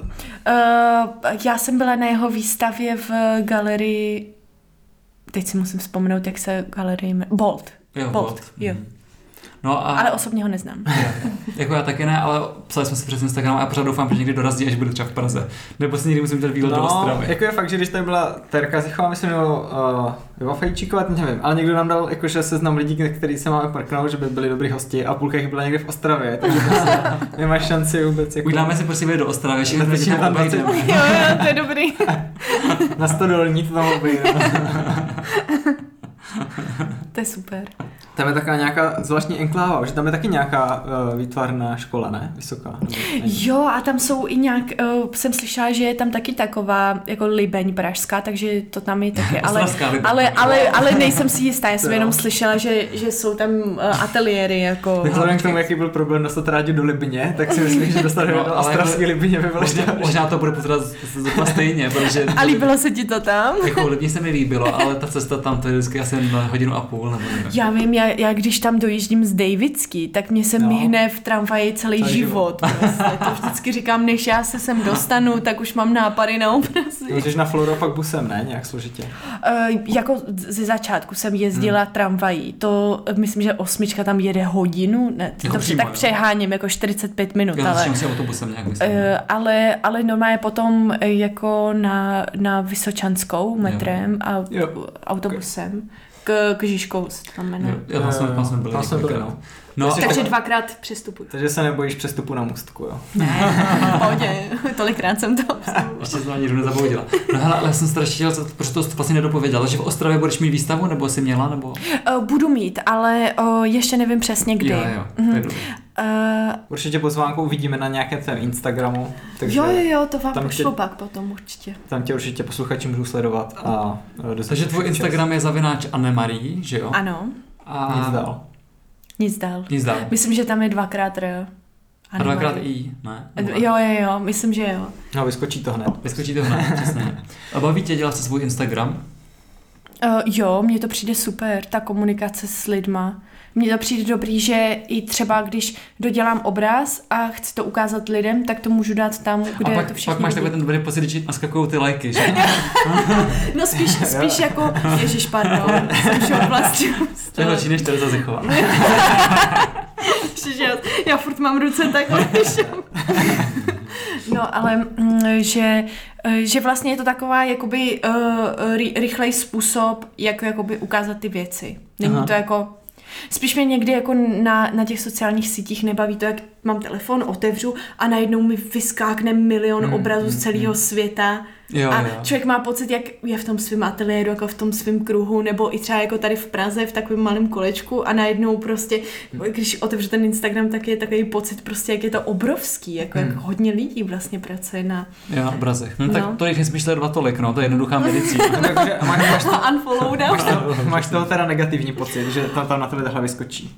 já jsem byla na jeho výstavě v galerii, teď si musím vzpomenout, jak se galerie jmenuje, Bolt. Jo. No ale osobně ho neznám. Jako já taky ne, ale psali jsme si přes Instagram a já pořád doufám, že někdy dorazí, až bude třeba v Praze. Nebo si někdy musím dát výlet do Ostravy. Jako je fakt, že když tady byla Terka Zichová, myslím, nebo Fejčíková, nevím, ale někdo nám dal jakože seznam lidí, který se máme prknout, že by byli dobrý hosti a půlka jich byla někde v Ostravě, takže nemáš šanci vůbec. Jako... Uděláme si prostě do Ostravy, že tam obejdeme. Jo, to je dobrý. Na Stodolní to tam obejdeme. To je super. Tam je taková nějaká zvláštní enkláva, že tam je taky nějaká výtvarná škola, ne? Vysoká. Jo, a tam jsou i nějak, jsem slyšela, že je tam taky taková jako Libeň pražská, takže to tam je taky, ale nejsem si jistá, já jsem jenom slyšela, že jsou tam ateliéry jako... Vzhledem k tomu, jaký byl problém dostat rádi do Libyně, tak si myslím, že dostat do ostravské Libyně by bylo možná to bude potřebovat stejně, protože... A líbilo se ti to tam? Jako Libyně se mi líbilo, ale ta cesta tam to je vždycky asi 1,5 hodiny, nebo nevím. Já vím, já když tam dojíždím z Davidský, tak mě se mihne v tramvaji celý život. Prostě. To vždycky říkám, než já se sem dostanu, tak už mám nápady na obrazy. Můžeš na Floru pak busem, ne? Nějak složitě. Jako ze začátku jsem jezdila tramvají. To myslím, že 8 tam jede hodinu. Ne, jako to tak přeháním, jako 45 minut. Já si autobusem nějak myslím. Ale normálně potom jako na Vysočanskou metrem a autobusem. k Žižkou se tam jmenuje. Jo, tam jsme byli. No. Takže 2krát přestupuj. Takže se nebojíš přestupu na Můstku, jo? Ne, v pohodě, tolikrát jsem to Ještě jsem ani nezapověděla. No hele, ale já jsem strašně chtěla, protože to vlastně nedopověděla, že v Ostravě budeš mít výstavu, nebo jsi měla, nebo? Budu mít, ale ještě nevím přesně kdy. Jo, Určitě pozvánku uvidíme na nějakém tvém Instagramu. Takže jo, to vám pošlu pak potom určitě. Tam tě určitě posluchači můžou sledovat. Takže tvůj Instagram je @Anemarie, že jo? Ano. A Nic dál. Nic dál. Myslím, že tam je 2x R. A 2x I, ne? Jo, myslím, že jo. No, vyskočí to hned, přesně. A baví tě dělat se svůj Instagram? Jo, mně to přijde super, ta komunikace s lidma. Mně to přijde dobrý, že i třeba když dodělám obraz a chci to ukázat lidem, tak to můžu dát tam, kde a pak, to všichni pak máš vidí. takový ten dobrý pocit, že naskakují ty lajky, že? No spíš jako, ježiš, pardon, jsem šel vlastně. To je lepší, než Tereza Zichová. Já furt mám ruce takhle. No, ale že vlastně je to taková jakoby rychlej způsob, jak jakoby ukázat ty věci. Není to jako... Spíš mě někdy jako na těch sociálních sítích nebaví to, jak mám telefon, otevřu a najednou mi vyskákne milion obrazů z celého světa. Jo. Člověk má pocit, jak je v tom svém ateliéru, jako v tom svém kruhu, nebo i třeba jako tady v Praze v takovém malém kolečku a najednou prostě, když otevřu ten Instagram, tak je takový pocit prostě, jak je to obrovský, jako jak hodně lidí vlastně pracuje na... Jo, obrazech. No, tak to jich nesmíš sledovat tolik, no, to je jednoduchá medicína. Máš toho teda negativní pocit, že tam na tebe takhle vyskočí?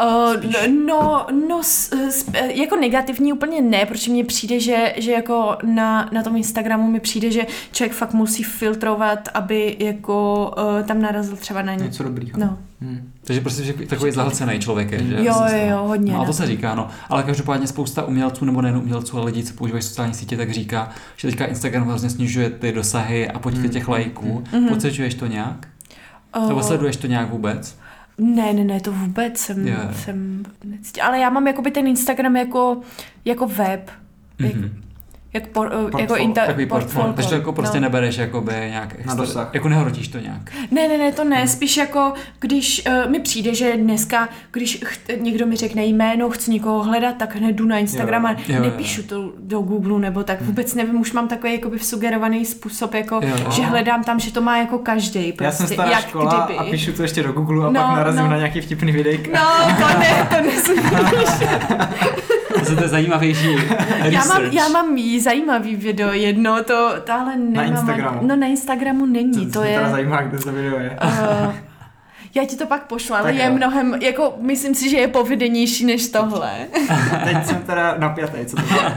Jako negativní úplně ne, protože mně přijde, že jako na tom Instagramu mi přijde, že člověk fakt musí filtrovat, aby jako tam narazil třeba na něco dobrýho. No. Takže prostě takový zahlcený člověk je, že? Jo, hodně. No, a to se říká, no. Ale každopádně spousta umělců, nebo nejen umělců, ale lidí, co používají sociální sítě, tak říká, že teďka Instagram hrozně snižuje ty dosahy a počty těch lajků. Pociťuješ to nějak? Nebo sleduješ to nějak vůbec? Ne, to vůbec jsem necítila. Ale já mám jakoby ten Instagram jako web. Takový portfolio. Takže to jako prostě nebereš jakoby nějak extra, na dosah. Jako nehrotíš to nějak. Ne, to ne. Spíš jako, když mi přijde, že dneska, když někdo mi řekne jméno, chci někoho hledat, tak hned jdu na Instagram a nepíšu to do Google, nebo tak vůbec nevím, už mám takový jakoby vsugerovaný způsob, jako, že hledám tam, že to má jako každej. Prostě, já jsem stará jak škola kdyby. A píšu to ještě do Google a pak narazím na nějaký vtipný videjk. No, to nesmíš. To je zajímavější research. Já mám zajímavý video jedno, to ale nemám. Na Instagramu? No na Instagramu není, to je... To mě zajímá, kde to video je. Já ti to pak pošlu, ale je mnohem, jako myslím si, že je povedenější než tohle. Teď jsem teda napjatý, co to je.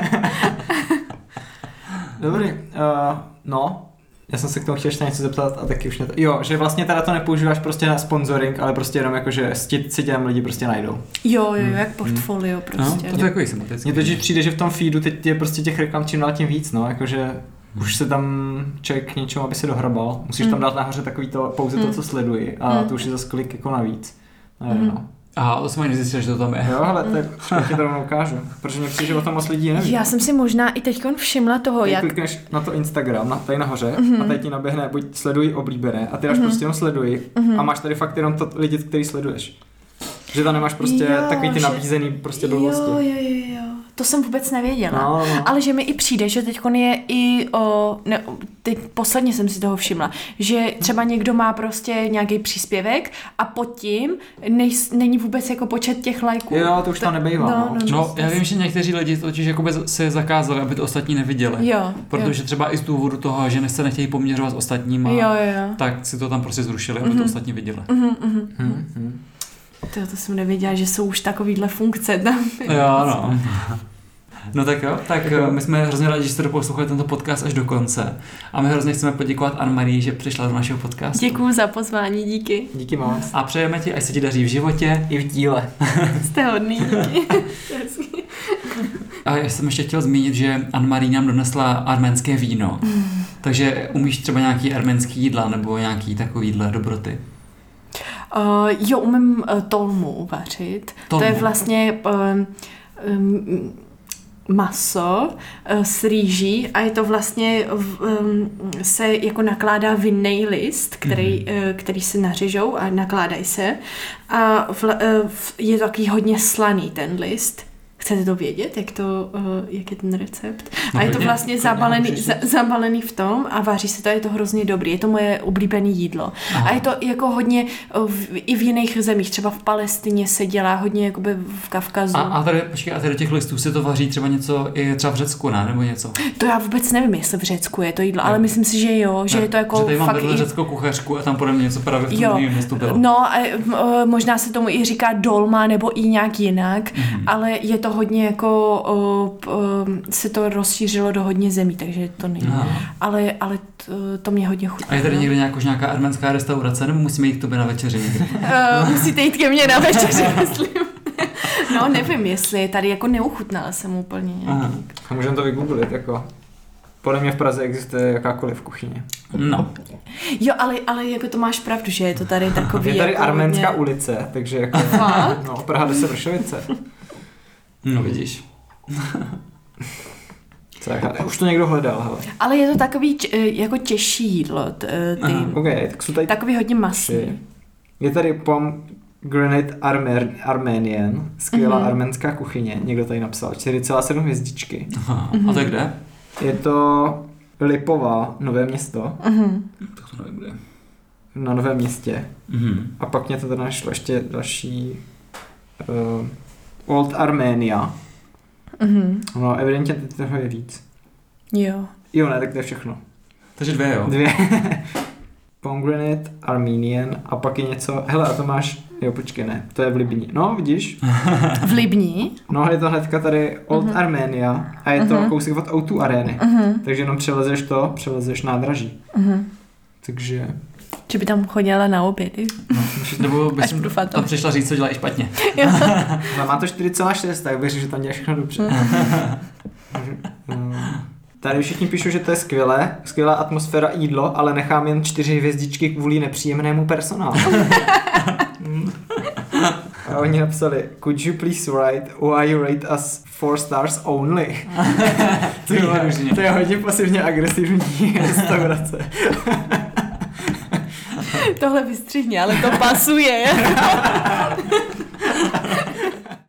Dobrý, já jsem se k tomu chtěl ještě něco zeptat a taky už ne... Jo, že vlastně teda to nepoužíváš prostě na sponsoring, ale prostě jenom jako, že si těm lidi prostě najdou. Jo, jak portfolio prostě. No, to je takový sympatický. Mně totiž přijde, že v tom feedu teď je prostě těch reklam čím dál tím víc, no, jakože už se tam člověk k něčemu, aby se dohrabal. Musíš tam dát nahoře takový to, pouze to, co sleduji a to už je zase klik jako navíc. No. Aha, to jsem ani nezjistil, že to tam je. Jo, ale tak ti to rovnou ukážu, protože mě přijde, že o tom moc lidí neví. Já jsem si možná i teďkon všimla toho, jak... klikneš na to Instagram, tady nahoře a tady ti naběhne buď sleduj oblíbené a ty dáš prostě jenom sleduj a máš tady fakt jenom to lidi, který sleduješ. Že tam nemáš prostě takový ty nabízený prostě blbosti. Jo. To jsem vůbec nevěděla. No. Ale že mi i přijde, že teďkon je i teď posledně jsem si toho všimla, že třeba někdo má prostě nějaký příspěvek a pod tím není vůbec jako počet těch lajků. Jo, to už tam nebejvá. No, já vím, že někteří lidi totiž jakoby se zakázali, aby to ostatní neviděli. Jo. Protože třeba i z důvodu toho, že se nechtějí poměřovat s ostatníma, tak si to tam prostě zrušili, aby to ostatní viděli. To jsem nevěděla, že jsou už takovýhle funkce tam. Jo, no. No tak jo, tak my jsme hrozně rádi, že jste doposlouchali tento podcast až do konce. A my hrozně chceme poděkovat Anemarie, že přišla do našeho podcastu. Děkuju za pozvání, díky. Díky moc. A přejeme ti, ať se ti daří v životě i v díle. Jste hodný, díky. A já jsem ještě chtěl zmínit, že Anemarie nám donesla arménské víno. Takže umíš třeba nějaký arménský jídla nebo nějaký takovýhle dobroty? Jo, umím tolmu uvařit. To je vlastně maso s rýží a je to vlastně se jako nakládá vinný list, který se nařežou a nakládají se a je to takový hodně slaný ten list. Chcete to vědět, jak je ten recept? No, a je to vlastně zabalený v tom a vaří se to, je to hrozně dobrý. Je to moje oblíbené jídlo. Aha. A je to jako hodně i v jiných zemích, třeba v Palestině se dělá hodně jakoby v Kavkazu. A tady do těch listů se to vaří třeba něco i třeba v Řecku, ne? Nebo něco? To já vůbec nevím, jestli v Řecku je to jídlo, ale myslím si, že jo, že je to jako že tady mám fakt vedle řeckou kuchařku a tam podle mě něco právě v tom městu bylo. No a možná se tomu i říká dolma nebo i nějak jinak, ale je to hodně jako se to rozšířilo do hodně zemí, takže to není. Ale to mě hodně chutná. A je tady někde nějaká arménská restaurace, nebo musíme jít k tobě na večeři? Musíte jít ke mně na večeři, myslím. No nevím, jestli tady jako neuchutnala jsem úplně. A můžeme to vygooglit, jako. Podle mě v Praze existuje jakákoliv kuchyně. No. Jo, ale jako to máš pravdu, že je to tady takový. Je tady jako arménská hodně... ulice, takže jako. No, Praha 10 Vršovice. No vidíš. Už to někdo hledal, hele. Ale je to takový jako těžší jídlo. Okay, tak jsou tady takový hodně masný. Je tady Pomegranate Armenian, skvělá arménská kuchyně. Někdo tady napsal 4,7 hvězdičky. Aha. A to je kde? Je to Lipova, Nové Město. Tak to nevím kde. Na Novém Městě. A pak mě to tady našlo ještě další Old Armenia. No, evidentně toho je víc. Jo, ne, tak to je všechno. Takže 2, jo? 2. Pomegranate Armenian a pak je něco, hele, a to máš, jo, počkej, ne, to je v Libni. No, vidíš? V Libni? No, je to hnedka tady Old Armenia a je to kousek od O2 arény. Takže jenom přelezeš nádraží. Takže... Že by tam chodila na obědy. No, nebo bys tam přišla říct, co dělají špatně. No, má to 4,6, tak věřím, že tam děláš všechno dobře. Tady všichni píšou, že to je skvělá atmosféra jídlo, ale nechám jen 4 hvězdičky kvůli nepříjemnému personálu. A oni napsali, could you please write why you rate us 4 stars only? To je hodně pasivně agresivní restaurace. Tohle vystřihni, ale to pasuje.